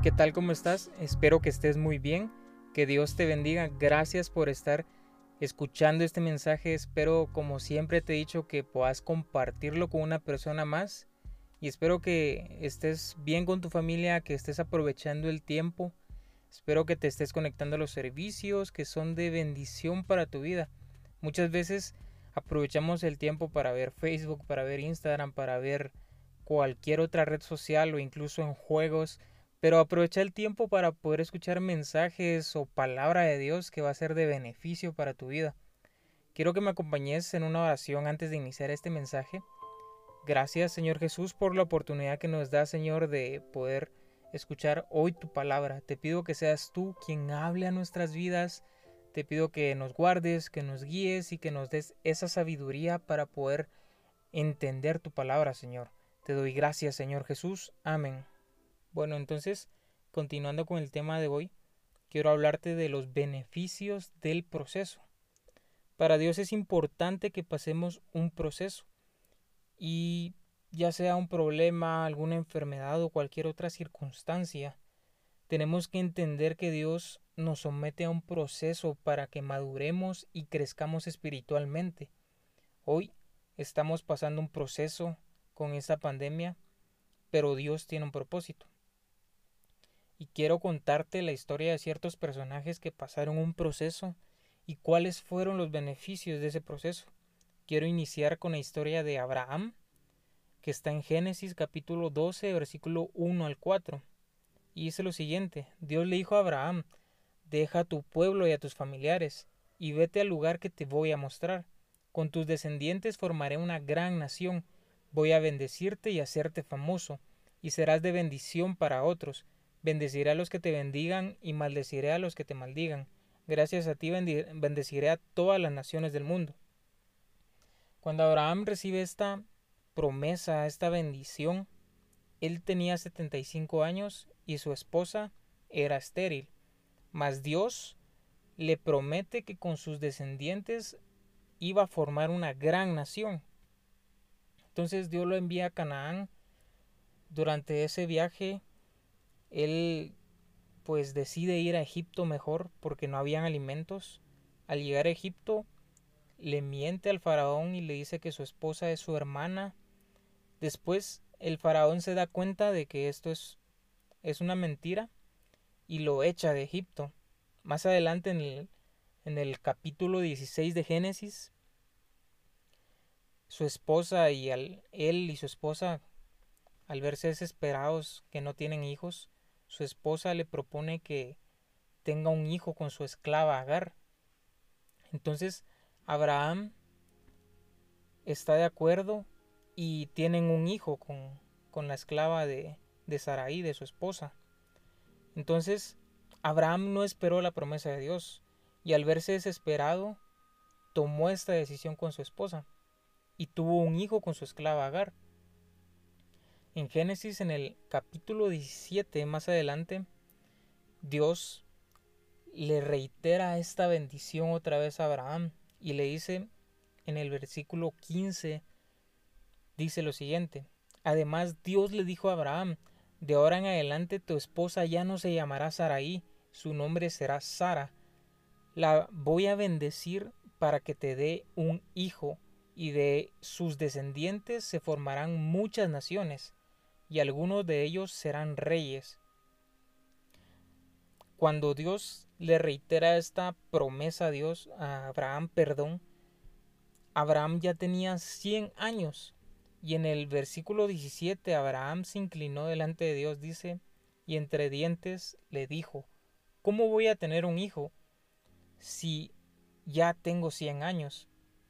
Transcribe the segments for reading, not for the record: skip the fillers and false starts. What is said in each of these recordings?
¿Qué tal? ¿Cómo estás? Espero que estés muy bien, que Dios te bendiga. Gracias por estar escuchando este mensaje. Espero, como siempre te he dicho, que puedas compartirlo con una persona más y espero que estés bien con tu familia, que estés aprovechando el tiempo. Espero que te estés conectando a los servicios que son de bendición para tu vida. Muchas veces aprovechamos el tiempo para ver Facebook, para ver Instagram, para ver cualquier otra red social o incluso en juegos, pero aprovecha el tiempo para poder escuchar mensajes o palabra de Dios que va a ser de beneficio para tu vida. Quiero que me acompañes en una oración antes de iniciar este mensaje. Gracias, Señor Jesús, por la oportunidad que nos da, Señor, de poder escuchar hoy tu palabra. Te pido que seas tú quien hable a nuestras vidas. Te pido que nos guardes, que nos guíes y que nos des esa sabiduría para poder entender tu palabra, Señor. Te doy gracias, Señor Jesús. Amén. Bueno, entonces, continuando con el tema de hoy, quiero hablarte de los beneficios del proceso. Para Dios es importante que pasemos un proceso y ya sea un problema, alguna enfermedad o cualquier otra circunstancia, tenemos que entender que Dios nos somete a un proceso para que maduremos y crezcamos espiritualmente. Hoy estamos pasando un proceso con esta pandemia, pero Dios tiene un propósito. Y quiero contarte la historia de ciertos personajes que pasaron un proceso y cuáles fueron los beneficios de ese proceso. Quiero iniciar con la historia de Abraham, que está en Génesis capítulo 12, versículo 1 al 4. Y dice lo siguiente: Dios le dijo a Abraham: deja a tu pueblo y a tus familiares, y vete al lugar que te voy a mostrar. Con tus descendientes formaré una gran nación. Voy a bendecirte y hacerte famoso, y serás de bendición para otros. Bendeciré a los que te bendigan y maldeciré a los que te maldigan. Gracias a ti bendeciré a todas las naciones del mundo. Cuando Abraham recibe esta promesa, esta bendición, él tenía 75 años y su esposa era estéril. Mas Dios le promete que con sus descendientes iba a formar una gran nación. Entonces Dios lo envía a Canaán. Durante ese viaje, él pues decide ir a Egipto mejor porque no habían alimentos. Al llegar a Egipto, le miente al faraón y le dice que su esposa es su hermana. Después el faraón se da cuenta de que esto es una mentira y lo echa de Egipto. Más adelante en el capítulo 16 de Génesis, su esposa y él y su esposa, al verse desesperados que no tienen hijos, su esposa le propone que tenga un hijo con su esclava Agar. Entonces Abraham está de acuerdo y tienen un hijo con la esclava de Sarai, de su esposa. Entonces Abraham no esperó la promesa de Dios y al verse desesperado tomó esta decisión con su esposa y tuvo un hijo con su esclava Agar. En Génesis, en el capítulo 17, más adelante, Dios le reitera esta bendición otra vez a Abraham y le dice en el versículo 15, dice lo siguiente: además Dios le dijo a Abraham: de ahora en adelante tu esposa ya no se llamará Sarai, su nombre será Sara. La voy a bendecir para que te dé un hijo, y de sus descendientes se formarán muchas naciones, y algunos de ellos serán reyes. Cuando Dios le reitera esta promesa a Abraham, Abraham ya tenía 100 años. Y en el versículo 17, Abraham se inclinó delante de Dios, dice, y entre dientes le dijo: ¿cómo voy a tener un hijo si ya tengo 100 años?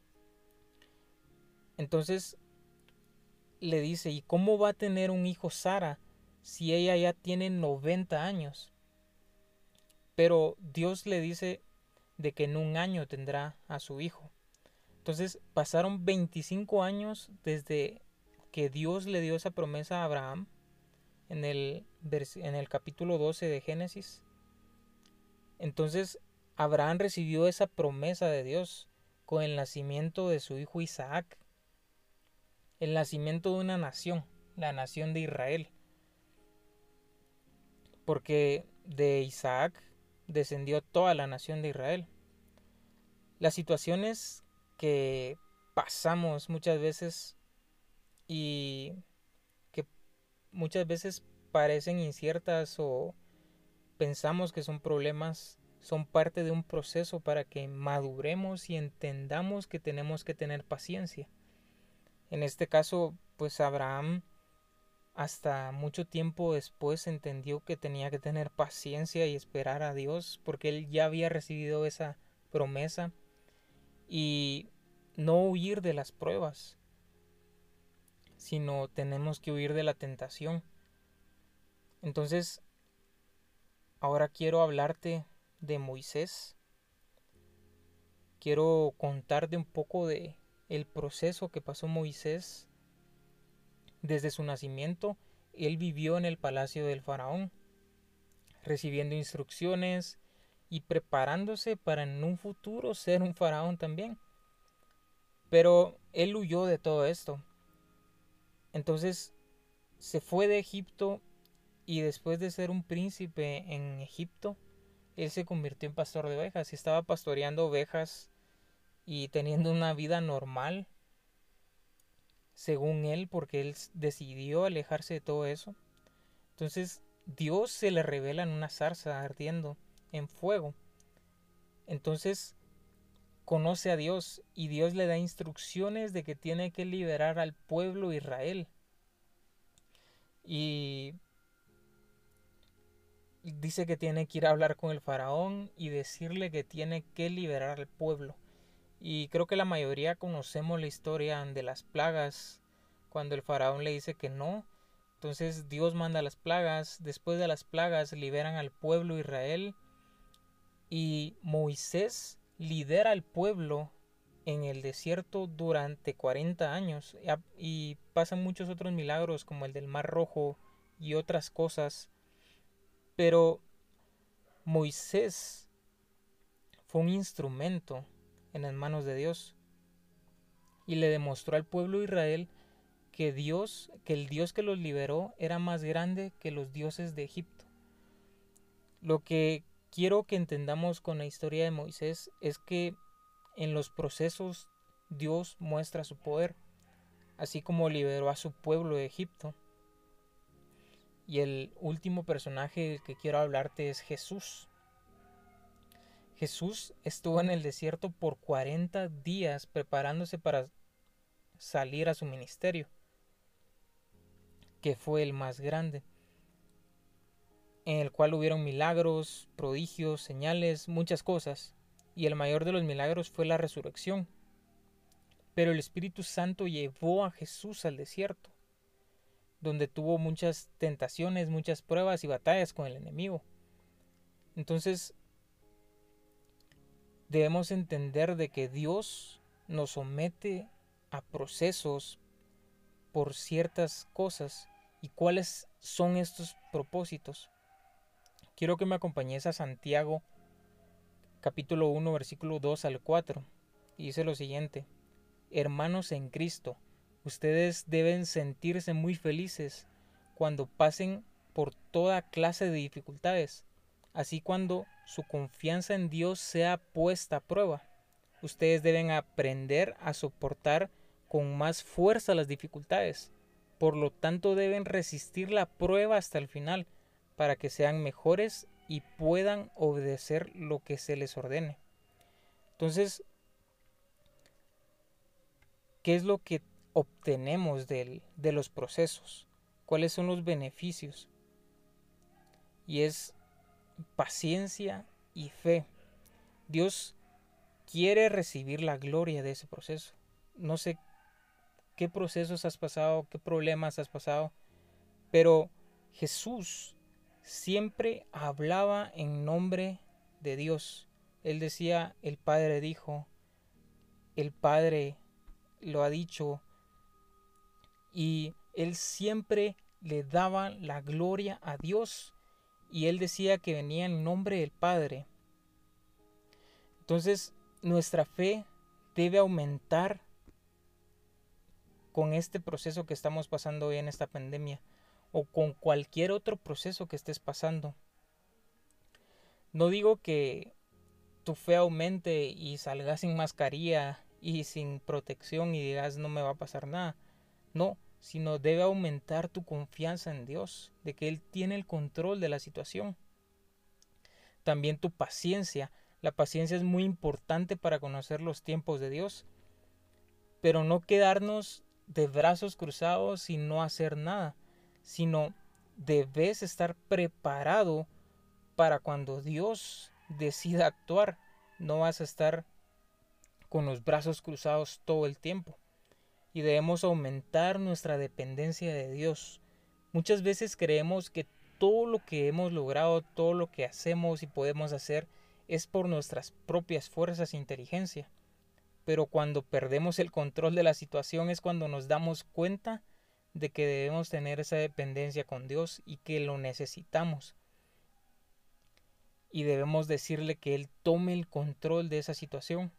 Entonces le dice: ¿y cómo va a tener un hijo Sara si ella ya tiene 90 años? Pero Dios le dice de que en un año tendrá a su hijo. Entonces pasaron 25 años desde que Dios le dio esa promesa a Abraham en el capítulo 12 de Génesis. Entonces Abraham recibió esa promesa de Dios con el nacimiento de su hijo Isaac, el nacimiento de una nación, la nación de Israel. porque de Isaac descendió toda la nación de Israel. Las situaciones que pasamos muchas veces y que muchas veces parecen inciertas o pensamos que son problemas, son parte de un proceso para que maduremos y entendamos que tenemos que tener paciencia. En este caso, pues Abraham hasta mucho tiempo después entendió que tenía que tener paciencia y esperar a Dios porque él ya había recibido esa promesa y no huir de las pruebas, sino tenemos que huir de la tentación. Entonces, ahora quiero hablarte de Moisés. Quiero contarte un poco de el proceso que pasó Moisés desde su nacimiento. Él vivió en el palacio del faraón, recibiendo instrucciones y preparándose para en un futuro ser un faraón también. Pero él huyó de todo esto. Entonces se fue de Egipto y después de ser un príncipe en Egipto, él se convirtió en pastor de ovejas y estaba pastoreando ovejas y teniendo una vida normal, según él, porque él decidió alejarse de todo eso. Entonces Dios se le revela en una zarza ardiendo en fuego. Entonces conoce a Dios y Dios le da instrucciones de que tiene que liberar al pueblo Israel. Y dice que tiene que ir a hablar con el faraón y decirle que tiene que liberar al pueblo. Y creo que la mayoría conocemos la historia de las plagas, cuando el faraón le dice que no. Entonces Dios manda las plagas, después de las plagas liberan al pueblo Israel y Moisés lidera al pueblo en el desierto durante 40 años y pasan muchos otros milagros como el del Mar Rojo y otras cosas. Pero Moisés fue un instrumento en las manos de Dios y le demostró al pueblo de Israel que el Dios que los liberó era más grande que los dioses de Egipto. Lo que quiero que entendamos con la historia de Moisés es que en los procesos Dios muestra su poder, así como liberó a su pueblo de Egipto. Y el último personaje que quiero hablarte es Jesús. Jesús estuvo en el desierto por 40 días preparándose para salir a su ministerio, que fue el más grande, en el cual hubieron milagros, prodigios, señales, muchas cosas, y el mayor de los milagros fue la resurrección. Pero el Espíritu Santo llevó a Jesús al desierto, donde tuvo muchas tentaciones, muchas pruebas y batallas con el enemigo. Entonces, debemos entender de que Dios nos somete a procesos por ciertas cosas. ¿Y cuáles son estos propósitos? Quiero que me acompañes a Santiago capítulo 1 versículo 2 al 4 y dice lo siguiente: Hermanos en Cristo, ustedes deben sentirse muy felices cuando pasen por toda clase de dificultades. Así, cuando su confianza en Dios sea puesta a prueba, ustedes deben aprender a soportar con más fuerza las dificultades. Por lo tanto, deben resistir la prueba hasta el final para que sean mejores y puedan obedecer lo que se les ordene. Entonces, ¿qué es lo que obtenemos de los procesos? ¿Cuáles son los beneficios? Y es paciencia y fe. Dios quiere recibir la gloria de ese proceso. No sé qué procesos has pasado, qué problemas has pasado, pero Jesús siempre hablaba en nombre de Dios. Él decía, el Padre dijo, el Padre lo ha dicho, y él siempre le daba la gloria a Dios, y él decía que venía en nombre del Padre. Entonces, nuestra fe debe aumentar con este proceso que estamos pasando hoy en esta pandemia. o con cualquier otro proceso que estés pasando. No digo que tu fe aumente y salgas sin mascarilla y sin protección y digas no me va a pasar nada. No, sino debe aumentar tu confianza en Dios, de que Él tiene el control de la situación. También tu paciencia. La paciencia es muy importante para conocer los tiempos de Dios, pero no quedarnos de brazos cruzados y no hacer nada, sino debes estar preparado para cuando Dios decida actuar. No vas a estar con los brazos cruzados todo el tiempo. Y debemos aumentar nuestra dependencia de Dios. Muchas veces creemos que todo lo que hemos logrado, todo lo que hacemos y podemos hacer es por nuestras propias fuerzas e inteligencia. Pero cuando perdemos el control de la situación es cuando nos damos cuenta de que debemos tener esa dependencia con Dios y que lo necesitamos. Y debemos decirle que Él tome el control de esa situación.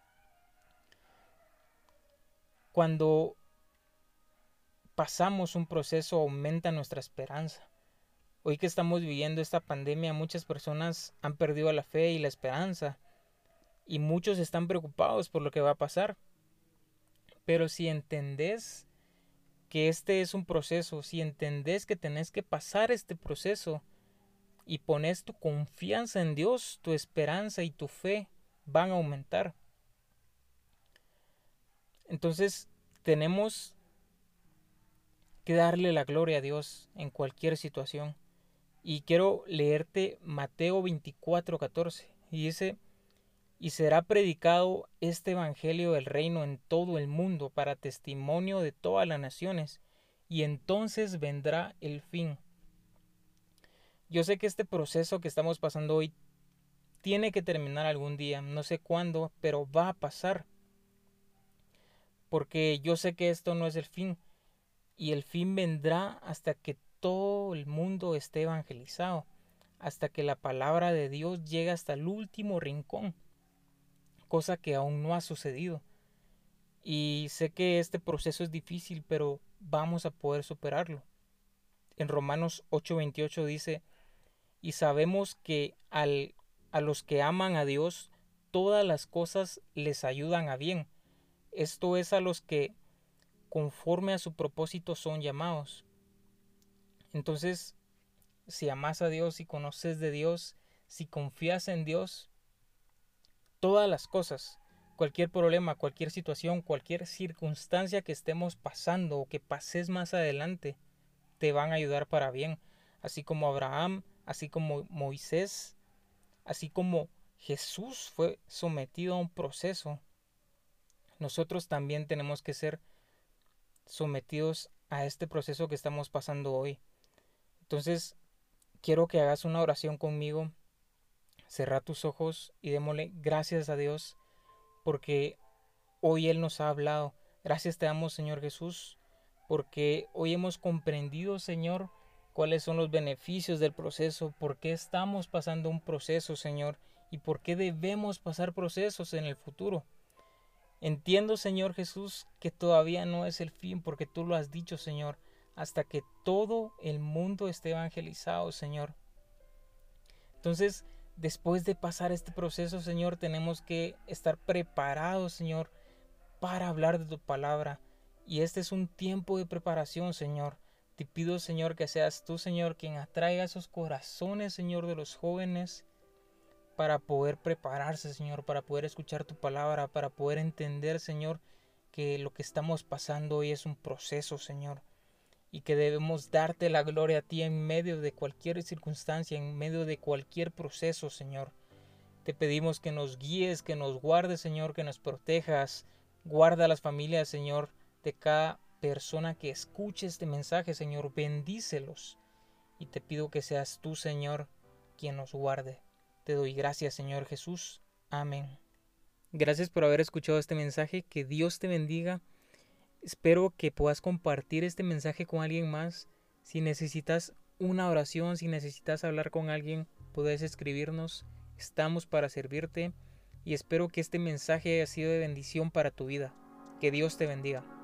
Cuando pasamos un proceso aumenta nuestra esperanza. Hoy que estamos viviendo esta pandemia, muchas personas han perdido la fe y la esperanza. Y muchos están preocupados por lo que va a pasar. Pero si entendés que este es un proceso, si entendés que tenés que pasar este proceso y pones tu confianza en Dios, tu esperanza y tu fe van a aumentar. Entonces tenemos que darle la gloria a Dios en cualquier situación. Y quiero leerte Mateo 24:14. Y dice: y será predicado este evangelio del reino en todo el mundo para testimonio de todas las naciones, y entonces vendrá el fin. Yo sé que este proceso que estamos pasando hoy tiene que terminar algún día, no sé cuándo, pero va a pasar. Porque yo sé que esto no es el fin, y el fin vendrá hasta que todo el mundo esté evangelizado, hasta que la palabra de Dios llegue hasta el último rincón, cosa que aún no ha sucedido. Y sé que este proceso es difícil, pero vamos a poder superarlo. En Romanos 8:28 dice: y sabemos que a los que aman a Dios, todas las cosas les ayudan a bien. Esto es, a los que conforme a su propósito son llamados. Entonces, si amas a Dios, si conoces de Dios, si confías en Dios, todas las cosas, cualquier problema, cualquier situación, cualquier circunstancia que estemos pasando o que pases más adelante, te van a ayudar para bien. Así como Abraham, así como Moisés, así como Jesús fue sometido a un proceso, nosotros también tenemos que ser sometidos a este proceso que estamos pasando hoy. Entonces, quiero que hagas una oración conmigo. Cerrá tus ojos y démosle gracias a Dios porque hoy Él nos ha hablado. Gracias te damos, Señor Jesús, porque hoy hemos comprendido, Señor, cuáles son los beneficios del proceso, por qué estamos pasando un proceso, Señor, y por qué debemos pasar procesos en el futuro. Entiendo, Señor Jesús, que todavía no es el fin, porque tú lo has dicho, Señor, hasta que todo el mundo esté evangelizado, Señor. Entonces, después de pasar este proceso, Señor, tenemos que estar preparados, Señor, para hablar de tu palabra. Y este es un tiempo de preparación, Señor. Te pido, Señor, que seas tú, Señor, quien atraiga esos corazones, Señor, de los jóvenes para poder prepararse, Señor, para poder escuchar tu palabra, para poder entender, Señor, que lo que estamos pasando hoy es un proceso, Señor, y que debemos darte la gloria a ti en medio de cualquier circunstancia, en medio de cualquier proceso, Señor. Te pedimos que nos guíes, que nos guardes, Señor, que nos protejas. Guarda a las familias, Señor, de cada persona que escuche este mensaje, Señor. Bendícelos. Y te pido que seas tú, Señor, quien nos guarde. Te doy gracias, Señor Jesús. Amén. Gracias por haber escuchado este mensaje. Que Dios te bendiga. Espero que puedas compartir este mensaje con alguien más. Si necesitas una oración, si necesitas hablar con alguien, puedes escribirnos. Estamos para servirte y espero que este mensaje haya sido de bendición para tu vida. Que Dios te bendiga.